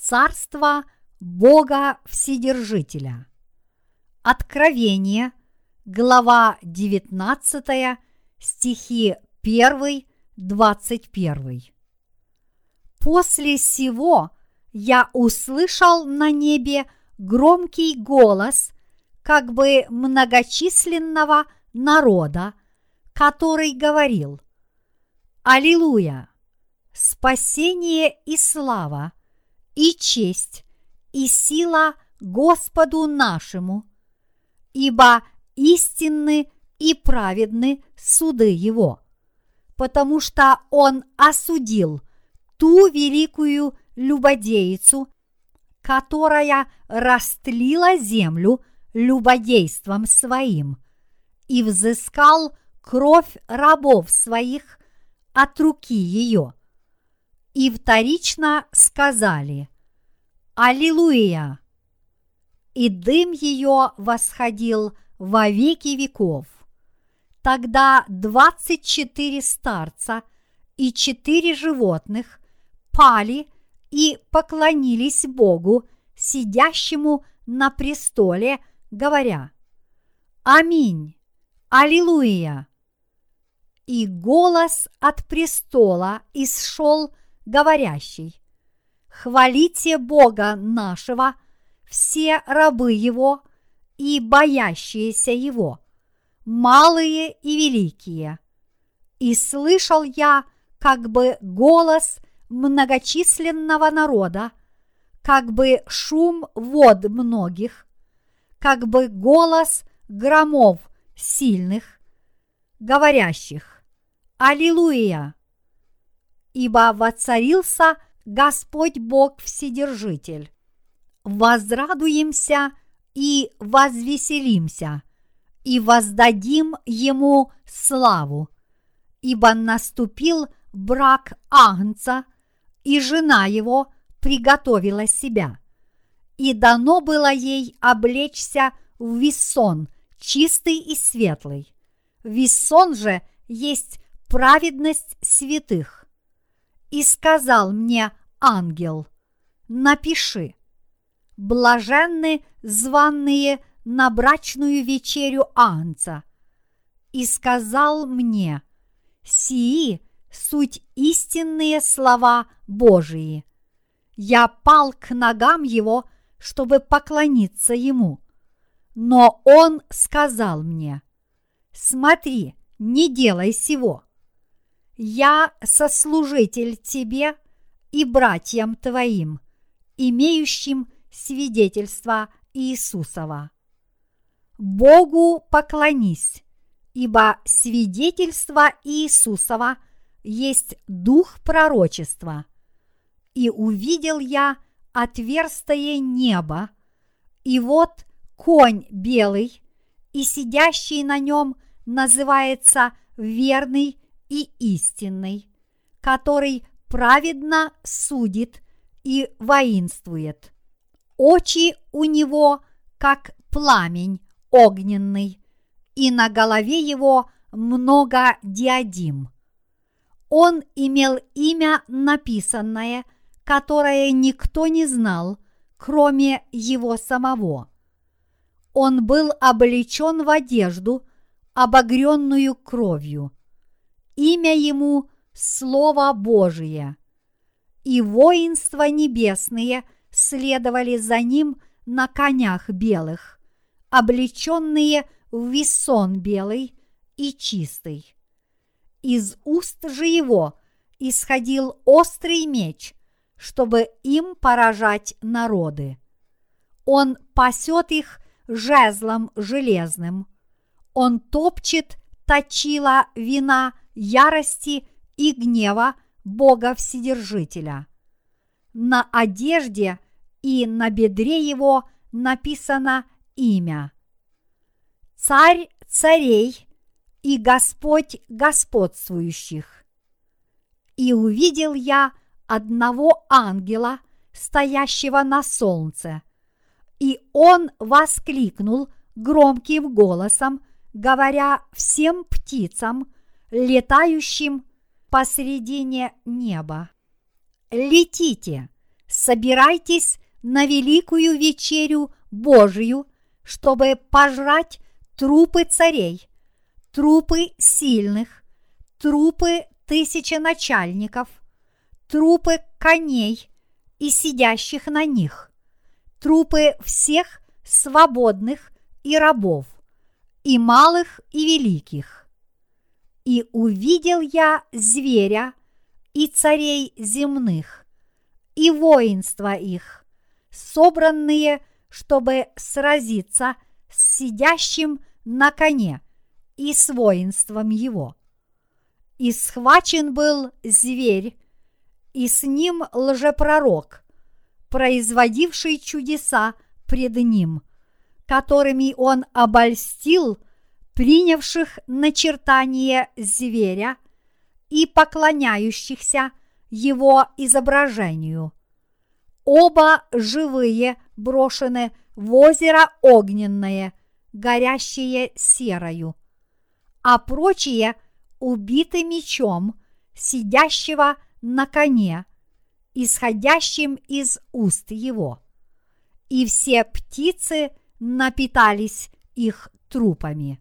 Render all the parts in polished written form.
царство Бога Вседержителя. Откровение, глава 19, стихи 1-21. После сего я услышал на небе громкий голос, как бы многочисленного народа, который говорил: Аллилуйя! Спасение и слава, и честь, и сила Господу нашему, ибо истинны и праведны суды Его, потому что Он осудил ту великую любодейцу, которая растлила землю любодейством своим, и взыскал кровь рабов своих от руки ее. И вторично сказали: Аллилуйя! И дым ее восходил во веки веков. Тогда 24 старца и 4 животных пали и поклонились Богу, сидящему на престоле, говоря: Аминь! Аллилуйя! И голос от престола исшел, говорящий: Хвалите Бога нашего, все рабы Его и боящиеся Его, малые и великие. И слышал я как бы голос многочисленного народа, как бы шум вод многих, как бы голос громов сильных, говорящих: Аллилуйя! Ибо воцарился Господь Бог Вседержитель. Возрадуемся и возвеселимся, и воздадим Ему славу, ибо наступил брак Агнца, и жена Его приготовила себя, и дано было ей облечься в вессон чистый и светлый. Вессон же есть праведность святых. И сказал мне ангел: напиши: блаженны званные на брачную вечерю Агнца. И сказал мне: сии суть истинные слова Божии. Я пал к ногам его, чтобы поклониться ему. Но он сказал мне: смотри, не делай сего. Я сослужитель тебе и братьям твоим, имеющим свидетельство Иисусова. Богу поклонись, ибо свидетельство Иисусова есть дух пророчества. И увидел я отверстие неба, и вот конь белый, и сидящий на нем называется верный и истинный, который праведно судит и воинствует. Очи у него, как пламень огненный, и на голове его много диадим. Он имел имя написанное, которое никто не знал, кроме его самого. Он был облечен в одежду, обогренную кровью. Имя ему – Слово Божие. И воинства небесные следовали за ним на конях белых, облеченные в вессон белый и чистый. Из уст же его исходил острый меч, чтобы им поражать народы. Он пасет их жезлом железным. Он топчет точила вина ярости и гнева Бога Вседержителя. На одежде и на бедре его написано имя: Царь царей и Господь господствующих. И увидел я одного ангела, стоящего на солнце, и он воскликнул громким голосом, говоря всем птицам, летающим посредине неба: летите, собирайтесь на великую вечерю Божию, чтобы пожрать трупы царей, трупы сильных, трупы тысяченачальников, трупы коней и сидящих на них, трупы всех свободных и рабов, и малых, и великих. И увидел я зверя и царей земных, и воинства их, собранные, чтобы сразиться с сидящим на коне и с воинством его. И схвачен был зверь, и с ним лжепророк, производивший чудеса пред ним, которыми он обольстил принявших начертание зверя и поклоняющихся его изображению. Оба живые брошены в озеро огненное, горящее серою, а прочие убиты мечом сидящего на коне, исходящим из уст его. И все птицы напитались их трупами.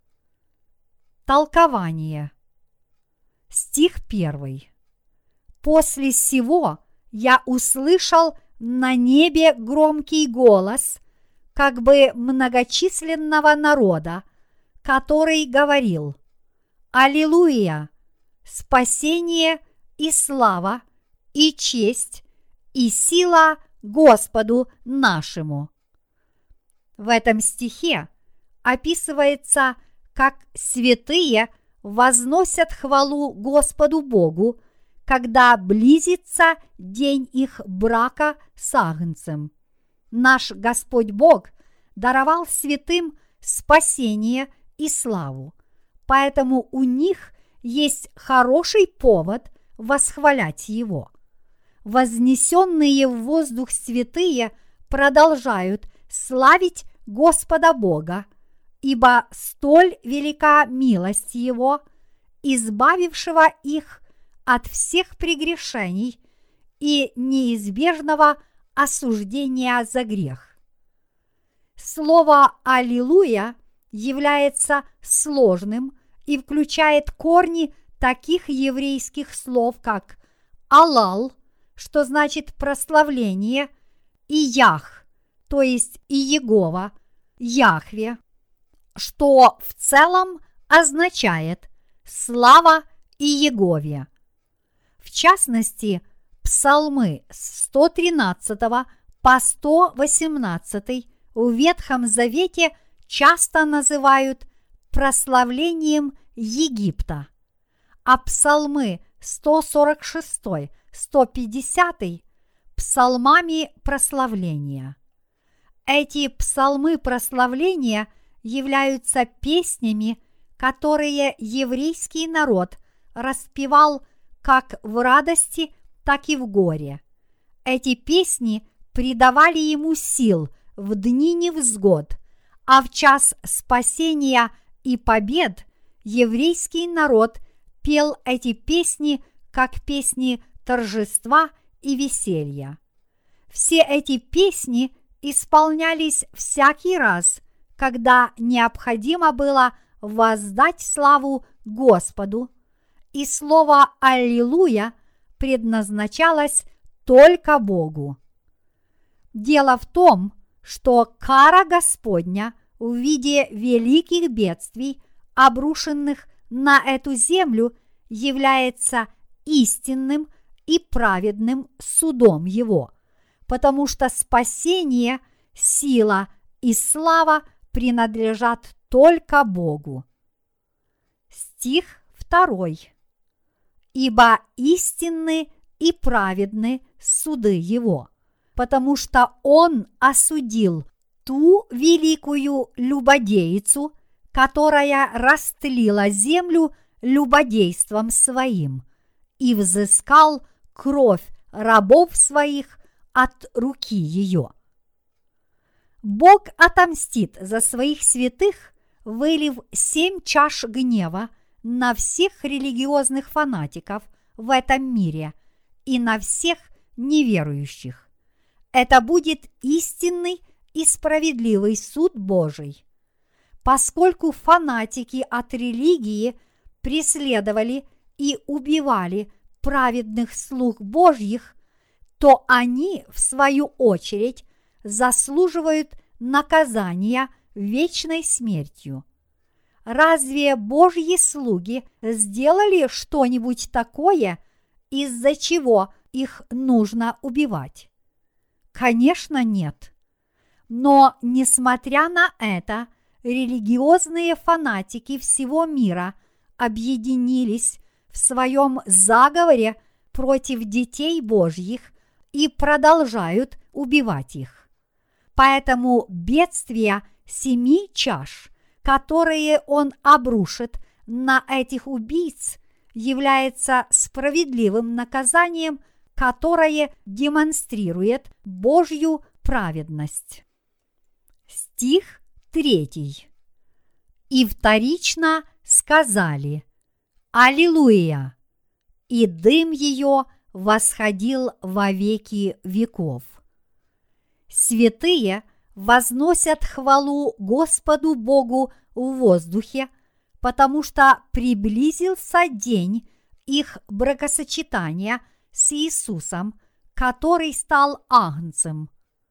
Толкование. Стих 1. После сего я услышал на небе громкий голос, как бы многочисленного народа, который говорил: Аллилуйя! Спасение и слава, и честь, и сила Господу нашему. В этом стихе описывается, как святые возносят хвалу Господу Богу, когда близится день их брака с Агнцем. Наш Господь Бог даровал святым спасение и славу, поэтому у них есть хороший повод восхвалять Его. Вознесенные в воздух святые продолжают славить Господа Бога, ибо столь велика милость Его, избавившего их от всех прегрешений и неизбежного осуждения за грех. Слово «Аллилуйя» является сложным и включает корни таких еврейских слов, как «Аллал», что значит прославление, и «Ях», то есть Иегова, Яхве, что в целом означает «слава Иегове». В частности, псалмы с 113 по 118 в Ветхом Завете часто называют прославлением Египта, а псалмы 146-150 псалмами прославления. Эти псалмы прославления являются песнями, которые еврейский народ распевал как в радости, так и в горе. Эти песни придавали ему сил в дни невзгод, а в час спасения и побед еврейский народ пел эти песни как песни торжества и веселья. Все эти песни исполнялись всякий раз, когда необходимо было воздать славу Господу, и слово «Аллилуйя» предназначалось только Богу. Дело в том, что кара Господня в виде великих бедствий, обрушенных на эту землю, является истинным и праведным судом Его, потому что спасение, сила и слава принадлежат только Богу. Стих 2. Ибо истинны и праведны суды Его, потому что Он осудил ту великую любодейцу, которая растлила землю любодейством своим, и взыскал кровь рабов своих от руки ее. Бог отомстит за своих святых, вылив 7 чаш гнева на всех религиозных фанатиков в этом мире и на всех неверующих. Это будет истинный и справедливый суд Божий. Поскольку фанатики от религии преследовали и убивали праведных слуг Божьих, то они, в свою очередь, заслуживают наказания вечной смертью. Разве Божьи слуги сделали что-нибудь такое, из-за чего их нужно убивать? Конечно, нет. Но, несмотря на это, религиозные фанатики всего мира объединились в своем заговоре против детей Божьих и продолжают убивать их. Поэтому бедствия 7 чаш, которые он обрушит на этих убийц, является справедливым наказанием, которое демонстрирует Божью праведность. Стих 3. И вторично сказали: Аллилуйя! И дым ее восходил во веки веков. Святые возносят хвалу Господу Богу в воздухе, потому что приблизился день их бракосочетания с Иисусом, который стал агнцем.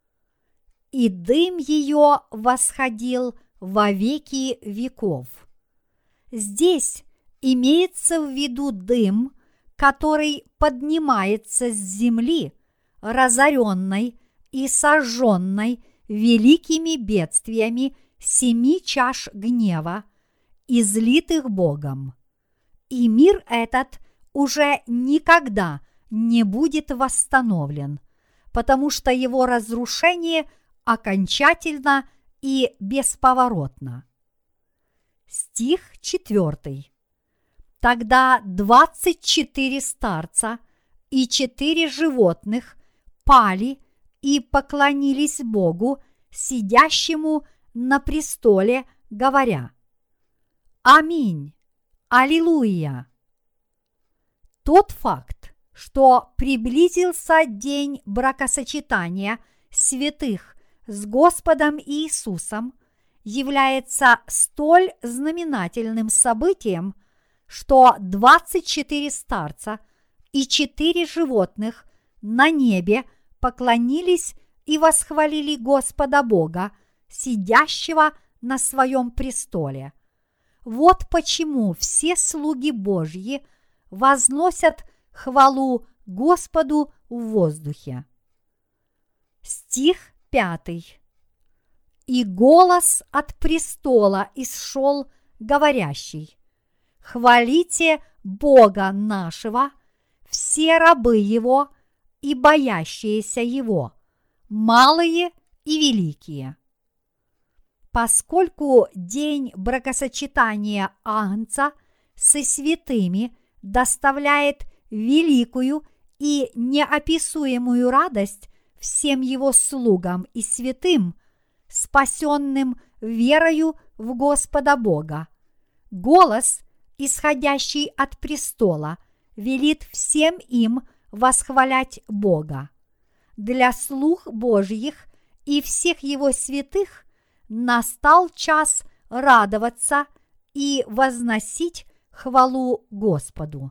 И дым ее восходил во веки веков. Здесь имеется в виду дым, который поднимается с земли, разоренной и сожженной великими бедствиями 7 чаш гнева, излитых Богом. И мир этот уже никогда не будет восстановлен, потому что его разрушение окончательно и бесповоротно. Стих 4. Тогда 24 старца и 4 животных пали и поклонились Богу, сидящему на престоле, говоря: Аминь, Аллилуйя. Тот факт, что приблизился день бракосочетания святых с Господом Иисусом, является столь знаменательным событием, что 24 старца и 4 животных на небе поклонились и восхвалили Господа Бога, сидящего на своем престоле. Вот почему все слуги Божьи возносят хвалу Господу в воздухе. Стих 5. И голос от престола исшел, говорящий: Хвалите Бога нашего, все рабы Его и боящиеся Его, малые и великие. Поскольку день бракосочетания Агнца со святыми доставляет великую и неописуемую радость всем Его слугам и святым, спасенным верою в Господа Бога, голос, исходящий от престола, велит всем им восхвалять Бога. Для слуг Божьих и всех Его святых настал час радоваться и возносить хвалу Господу.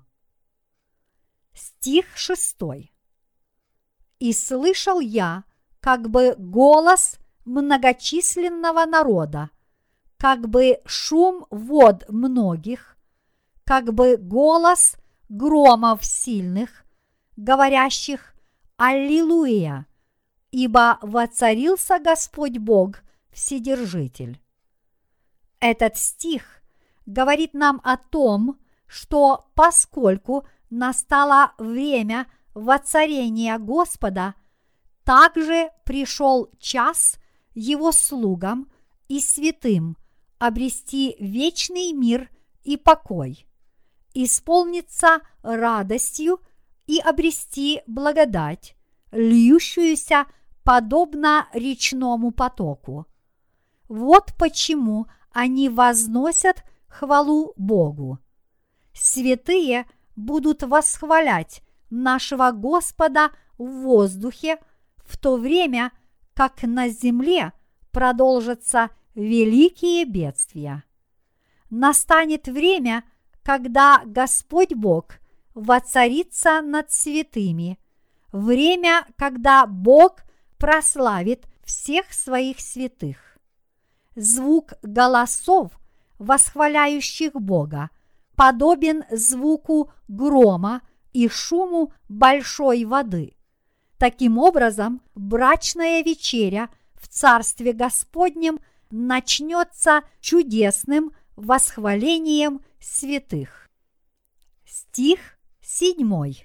Стих 6. И слышал я как бы голос многочисленного народа, как бы шум вод многих, как бы голос громов сильных, говорящих: Аллилуйя, ибо воцарился Господь Бог Вседержитель. Этот стих говорит нам о том, что поскольку настало время воцарения Господа, также пришел час Его слугам и святым обрести вечный мир и покой, исполниться радостью и обрести благодать, льющуюся подобно речному потоку. Вот почему они возносят хвалу Богу. Святые будут восхвалять нашего Господа в воздухе в то время как на земле продолжатся великие бедствия. Настанет время, когда Господь Бог воцарится над святыми, время, когда Бог прославит всех своих святых. Звук голосов, восхваляющих Бога, подобен звуку грома и шуму большой воды. Таким образом, брачная вечеря в Царстве Господнем начнется чудесным восхвалением святых. Стих 7.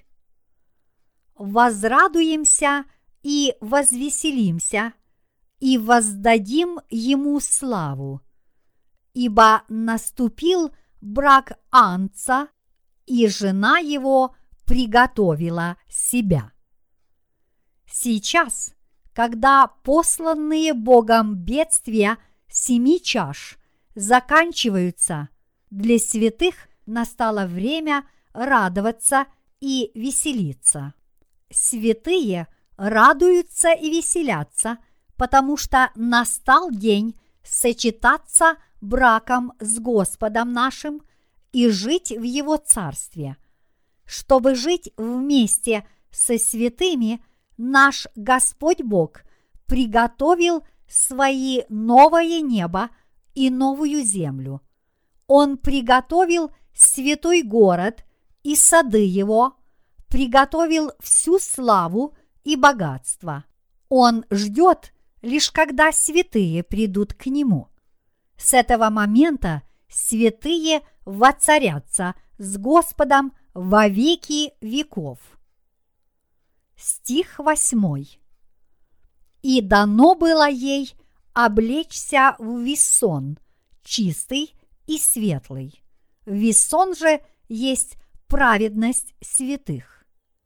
«Возрадуемся и возвеселимся, и воздадим Ему славу, ибо наступил брак Агнца, и жена его приготовила себя». Сейчас, когда посланные Богом бедствия 7 чаш заканчиваются, для святых настало время радоваться и веселиться. Святые радуются и веселятся, потому что настал день сочетаться браком с Господом нашим и жить в Его Царстве. Чтобы жить вместе со святыми, наш Господь Бог приготовил свои новое небо и новую землю. Он приготовил святой город и сады его, приготовил всю славу и богатство. Он ждет, лишь когда святые придут к Нему. С этого момента святые воцарятся с Господом во веки веков. Стих 8. «И дано было ей облечься в вессон, чистый и светлый. Вессон же есть праведность святых.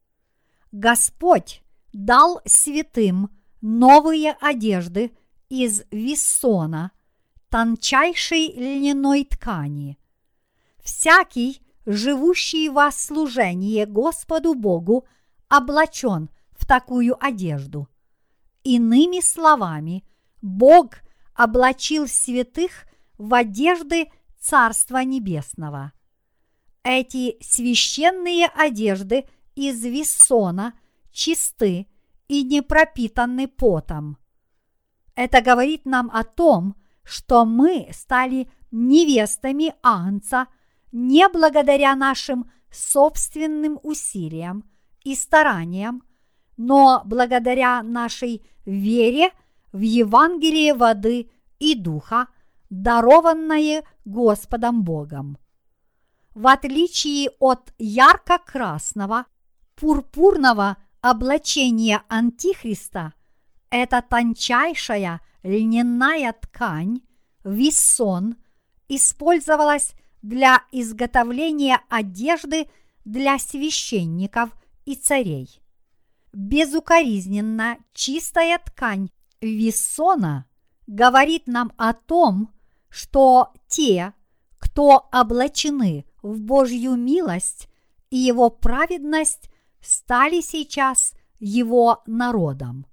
Господь дал святым новые одежды из вессона, тончайшей льняной ткани. Всякий, живущий во служении Господу Богу, облачен в такую одежду. Иными словами, Бог облачил святых в одежды Царства Небесного. Эти священные одежды из вессона чисты и не пропитаны потом. Это говорит нам о том, что мы стали невестами Агнца не благодаря нашим собственным усилиям и стараниям, но благодаря нашей вере в Евангелие воды и духа, дарованное Господом Богом. В отличие от ярко-красного, пурпурного облачения Антихриста, эта тончайшая льняная ткань, вессон, использовалась для изготовления одежды для священников и царей. Безукоризненно чистая ткань вессона говорит нам о том, что те, кто облачены в Божью милость и Его праведность, стали сейчас Его народом.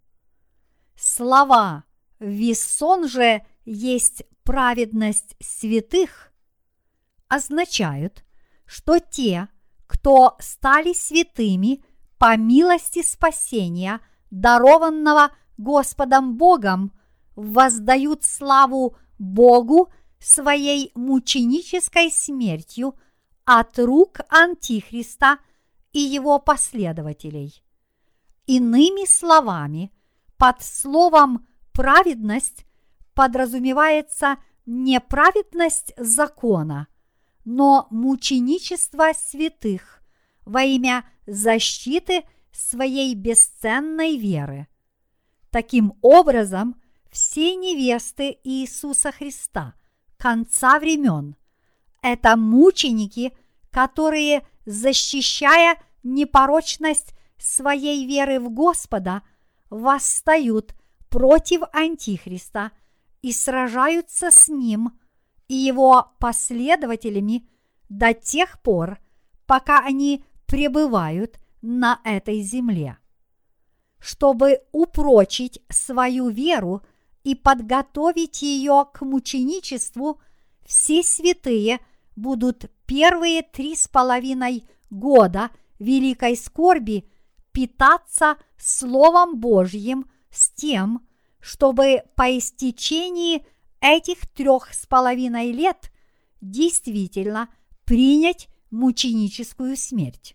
Слова «вессон же есть праведность святых» означают, что те, кто стали святыми по милости спасения, дарованного Господом Богом, воздают славу Богу своей мученической смертью от рук Антихриста и его последователей. Иными словами, под словом «праведность» подразумевается не праведность закона, но мученичество святых во имя защиты своей бесценной веры. Таким образом, все невесты Иисуса Христа конца времен – это мученики, которые, защищая непорочность своей веры в Господа, восстают против Антихриста и сражаются с ним и его последователями до тех пор, пока они пребывают на этой земле. чтобы упрочить свою веру и подготовить ее к мученичеству, все святые будут первые 3,5 года великой скорби питаться Словом Божьим с тем, чтобы по истечении этих 3,5 лет действительно принять мученическую смерть.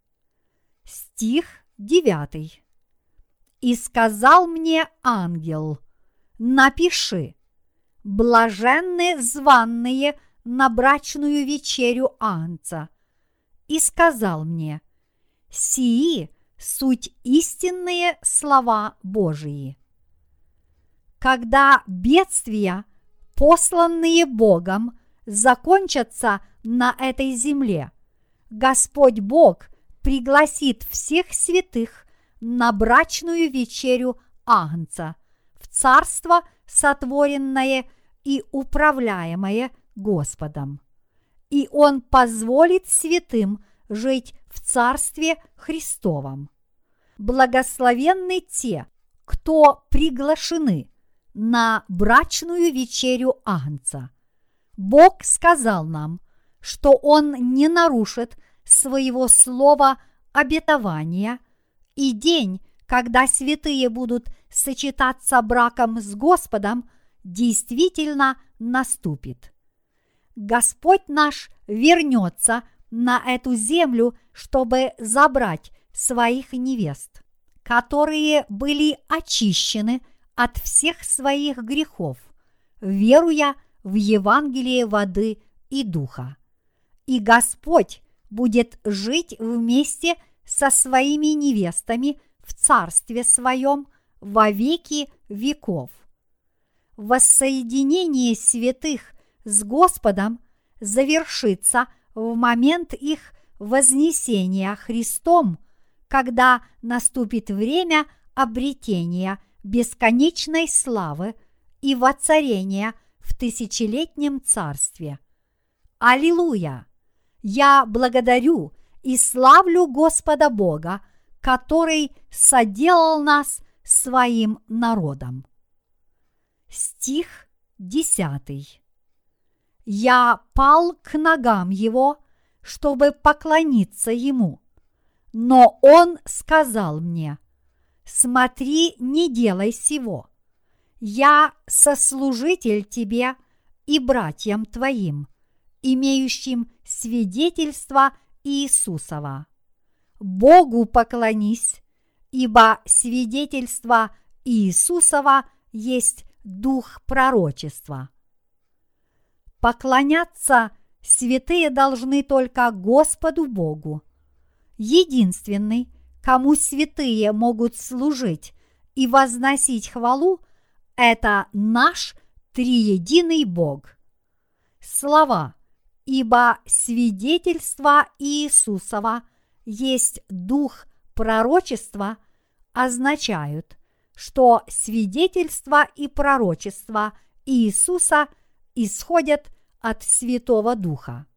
Стих 9. «И сказал мне ангел: напиши: блаженны званные на брачную вечерю Агнца. И сказал мне: сии суть истинные слова Божии». Когда бедствия, посланные Богом, закончатся на этой земле, Господь Бог пригласит всех святых на брачную вечерю Агнца в царство, сотворенное и управляемое Господом. И Он позволит святым жить в Царстве Христовом. Благословенны те, кто приглашены на брачную вечерю Агнца. Бог сказал нам, что Он не нарушит своего слова обетования, и день, когда святые будут сочетаться браком с Господом, действительно наступит. Господь наш вернется на эту землю, чтобы забрать своих невест, которые были очищены от всех своих грехов, веруя в Евангелие воды и духа. И Господь будет жить вместе со своими невестами в Царстве Своем во веки веков. Воссоединение святых с Господом завершится в момент их вознесения Христом, когда наступит время обретения бесконечной славы и воцарения в тысячелетнем царстве. Аллилуйя! Я благодарю и славлю Господа Бога, который соделал нас своим народом. Стих 10. Я пал к ногам Его, чтобы поклониться Ему, но Он сказал мне: смотри, не делай сего. Я сослужитель тебе и братьям твоим, имеющим свидетельство Иисусова. Богу поклонись, ибо свидетельство Иисусова есть дух пророчества. Поклоняться святые должны только Господу Богу. Единственный, кому святые могут служить и возносить хвалу, это наш триединый Бог. Слова «ибо свидетельство Иисусова есть дух пророчества» означают, что свидетельство и пророчество Иисуса исходят от Святого Духа.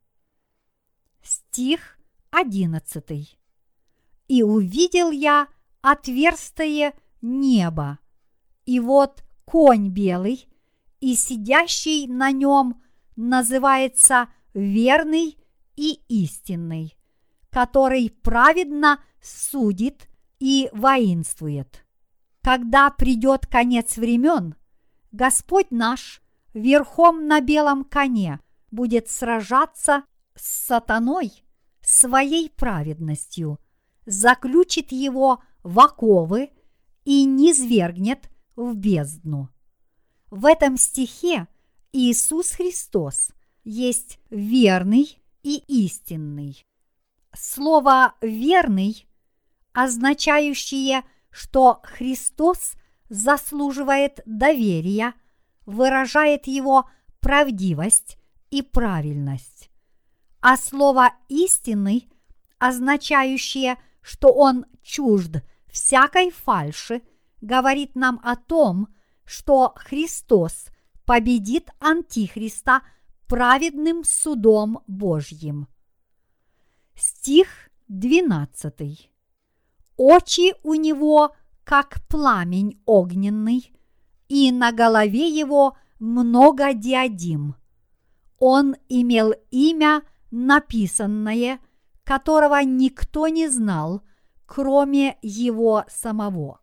Стих 11. «И увидел я отверстие неба, и вот конь белый, и сидящий на нем называется верный и истинный, который праведно судит и воинствует». Когда придет конец времен, Господь наш верхом на белом коне будет сражаться с сатаной своей праведностью, заключит его в оковы и низвергнет в бездну. В этом стихе Иисус Христос есть верный и истинный. Слово «верный», означающее, что Христос заслуживает доверия, выражает его правдивость и правильность. А слово «истинный», означающее, что он чужд всякой фальши, говорит нам о том, что Христос победит Антихриста праведным судом Божьим. Стих 12. Очи у него, как пламень огненный, и на голове его много диадим. Он имел имя написанное, которого никто не знал, кроме его самого.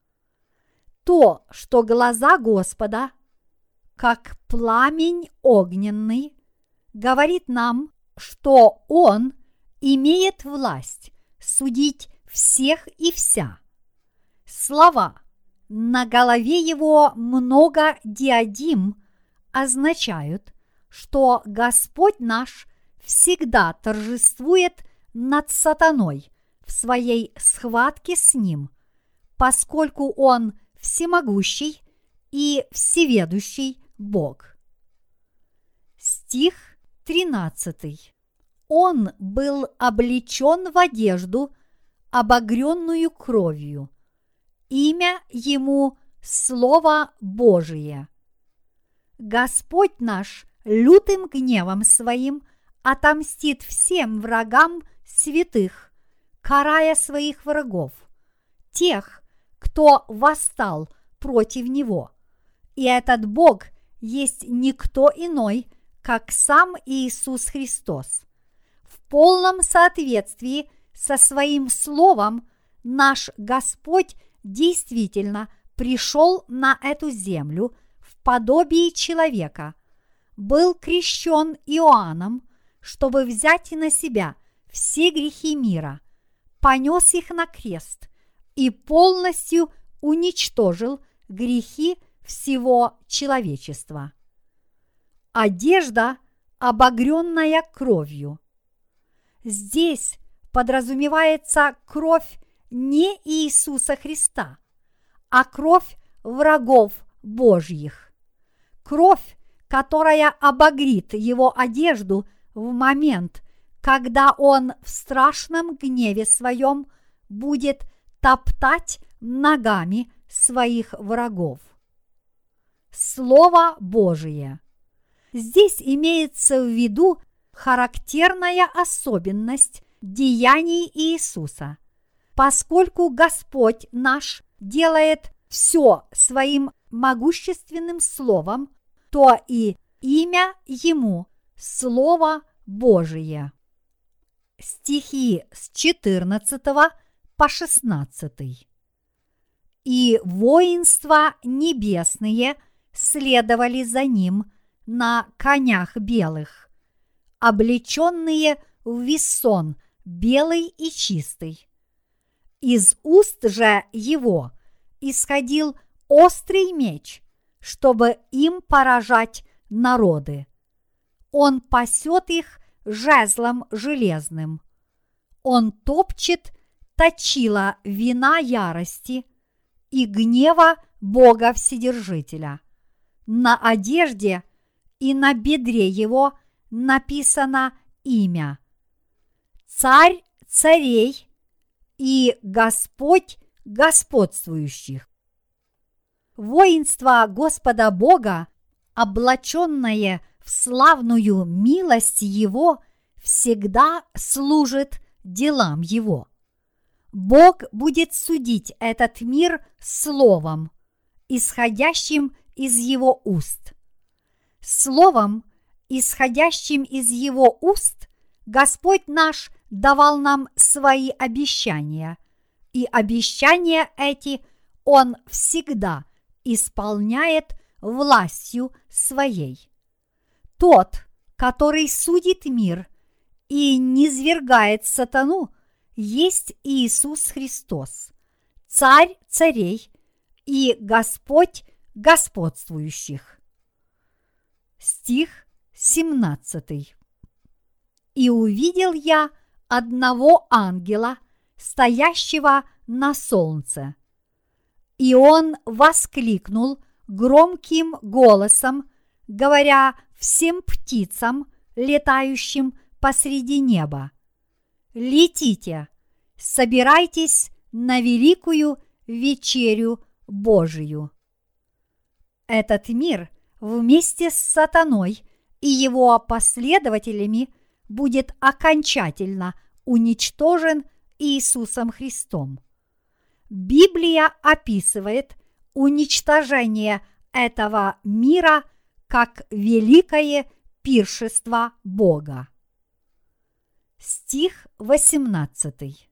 То, что глаза Господа, как пламень огненный, говорит нам, что Он имеет власть судить всех и вся. Слова «на голове его много диадим» означают, что Господь наш всегда торжествует над сатаной в своей схватке с ним, поскольку Он всемогущий и всеведущий Бог. Стих 13. Он был облечен в одежду, обогренную кровью. Имя ему Слово Божие. Господь наш лютым гневом своим отомстит всем врагам святых, карая своих врагов, тех, кто восстал против него. И этот Бог есть никто иной, как сам Иисус Христос. В полном соответствии со своим Словом наш Господь действительно пришел на эту землю в подобии человека, был крещен Иоанном, чтобы взять на себя все грехи мира, понес их на крест и полностью уничтожил грехи всего человечества. Одежда, обогренная кровью. Здесь подразумевается кровь не Иисуса Христа, а кровь врагов Божьих. Кровь, которая обогрит его одежду в момент, когда он в страшном гневе своем будет топтать ногами своих врагов. Слово Божие. Здесь имеется в виду характерная особенность деяний Иисуса. Поскольку Господь наш делает все своим могущественным словом, то и имя Ему – Слово Божие. Стихи с 14 по 16. И воинства небесные следовали за ним на конях белых, облеченные в весон белый и чистый. Из уст же его исходил острый меч, чтобы им поражать народы. Он пасет их жезлом железным. Он топчет точила вина ярости и гнева Бога Вседержителя. На одежде и на бедре его написано имя: Царь царей и Господь господствующих. Воинство Господа Бога, облаченное в славную милость Его, всегда служит делам Его. Бог будет судить этот мир словом, исходящим из Его уст. Словом, исходящим из Его уст, Господь наш давал нам свои обещания, и обещания эти Он всегда исполняет властью Своей. Тот, который судит мир и низвергает сатану, есть Иисус Христос, Царь царей и Господь господствующих. Стих 17. И увидел я одного ангела, стоящего на солнце. И он воскликнул громким голосом, говоря всем птицам, летающим посреди неба: «Летите, собирайтесь на великую вечерю Божию». Этот мир вместе с сатаной и его последователями будет окончательно уничтожен Иисусом Христом. Библия описывает уничтожение этого мира как великое пиршество Бога. Стих 18.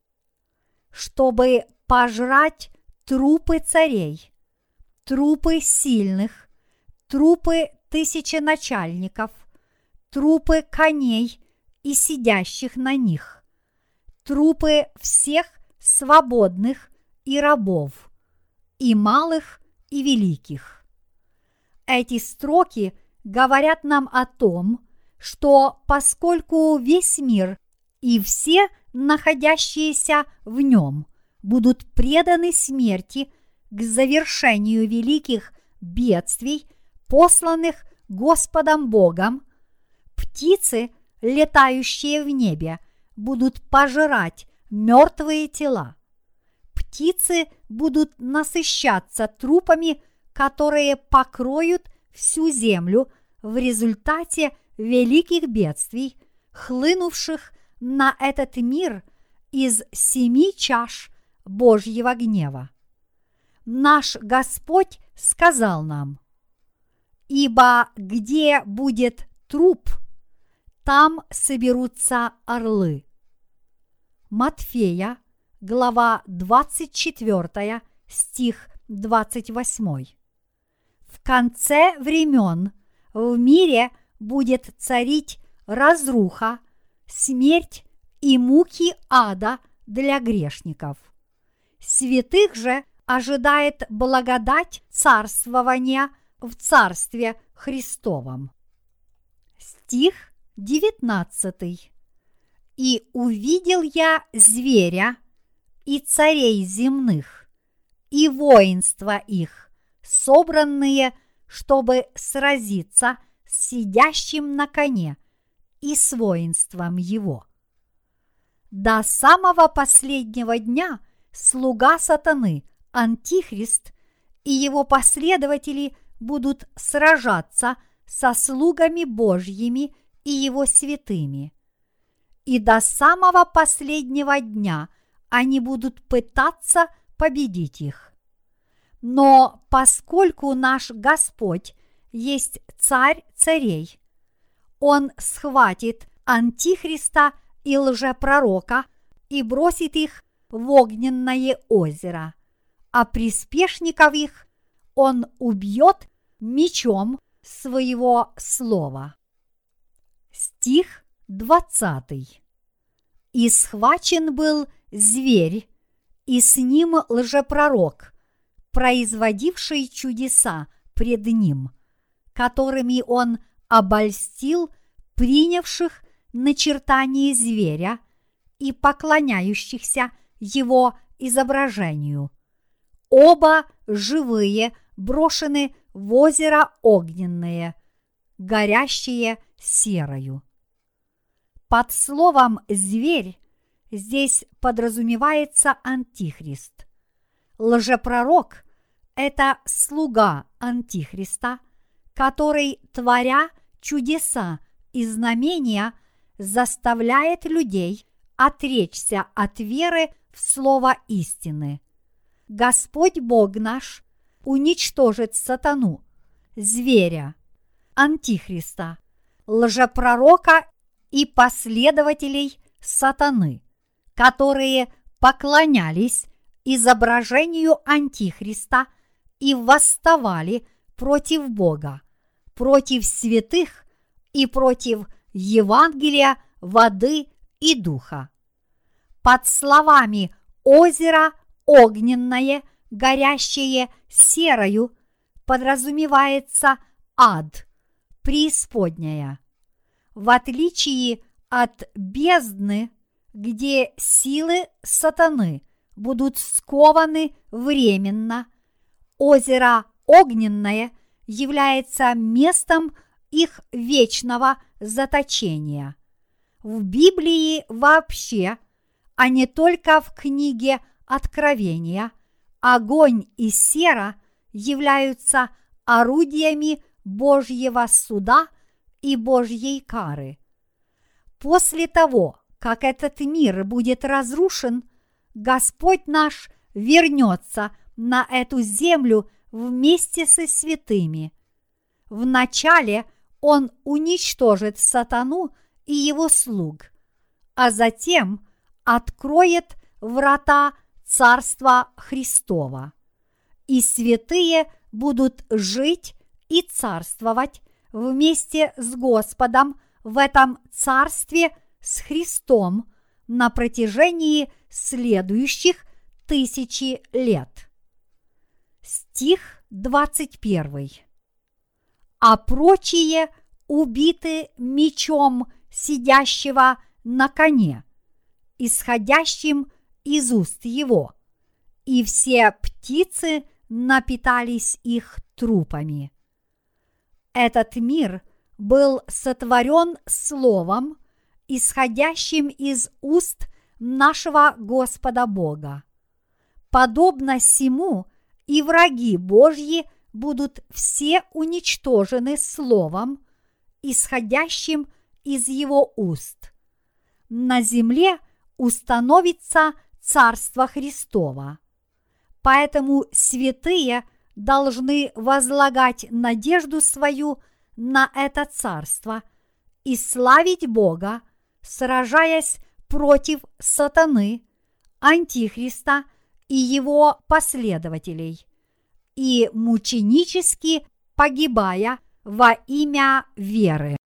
Чтобы пожрать трупы царей, трупы сильных, трупы тысяченачальников, трупы коней и сидящих на них, трупы всех свободных и рабов, и малых, и великих. Эти строки говорят нам о том, что поскольку весь мир и все находящиеся в нем будут преданы смерти к завершению великих бедствий, посланных Господом Богом, птицы, летающие в небе, будут пожирать мертвые тела. Птицы будут насыщаться трупами, которые покроют всю землю в результате великих бедствий, хлынувших на этот мир из 7 чаш Божьего гнева. Наш Господь сказал нам: «Ибо где будет труп, там соберутся орлы». Матфея, глава 24, стих 28. В конце времен в мире будет царить разруха, смерть и муки ада для грешников. Святых же ожидает благодать царствования в Царстве Христовом. Стих 19. «И увидел я зверя и царей земных, и воинства их, собранные, чтобы сразиться с сидящим на коне и с воинством его». До самого последнего дня слуга сатаны, Антихрист, и его последователи будут сражаться со слугами Божьими и его святыми. И до самого последнего дня они будут пытаться победить их. Но поскольку наш Господь есть Царь царей, Он схватит Антихриста и лжепророка и бросит их в огненное озеро, а приспешников их Он убьет мечом своего слова. Стих 20. «И схвачен был зверь, и с ним лжепророк, производивший чудеса пред ним, которыми он обольстил принявших начертание зверя и поклоняющихся его изображению. Оба живые брошены в озеро огненное, горящее серою». Под словом «зверь» здесь подразумевается Антихрист. Лжепророк – это слуга Антихриста, который, творя чудеса и знамения, заставляет людей отречься от веры в слово истины. Господь Бог наш уничтожит сатану, зверя, Антихриста, лжепророка и последователей сатаны, которые поклонялись изображению Антихриста и восставали против Бога, против святых и против Евангелия, воды и духа. Под словами «озеро огненное, горящее серою» подразумевается ад, преисподняя. В отличие от бездны, где силы сатаны будут скованы временно, озеро огненное является местом их вечного заточения. В Библии вообще, а не только в книге Откровения, огонь и сера являются орудиями Божьего суда и Божьей кары. После того, как этот мир будет разрушен, Господь наш вернется на эту землю вместе со святыми. Вначале он уничтожит сатану и его слуг, а затем откроет врата Царства Христова. И святые будут жить и царствовать вместе с Господом в этом царстве с Христом на протяжении следующих 1000 лет. Стих 21. А прочие убиты мечом сидящего на коне, исходящим из уст его, и все птицы напитались их трупами. Этот мир был сотворен словом, исходящим из уст нашего Господа Бога. Подобно сему и враги Божьи будут все уничтожены словом, исходящим из его уст. На земле установится Царство Христово. Поэтому святые должны возлагать надежду свою на это царство и славить Бога, сражаясь против сатаны, антихриста и его последователей, и мученически погибая во имя веры.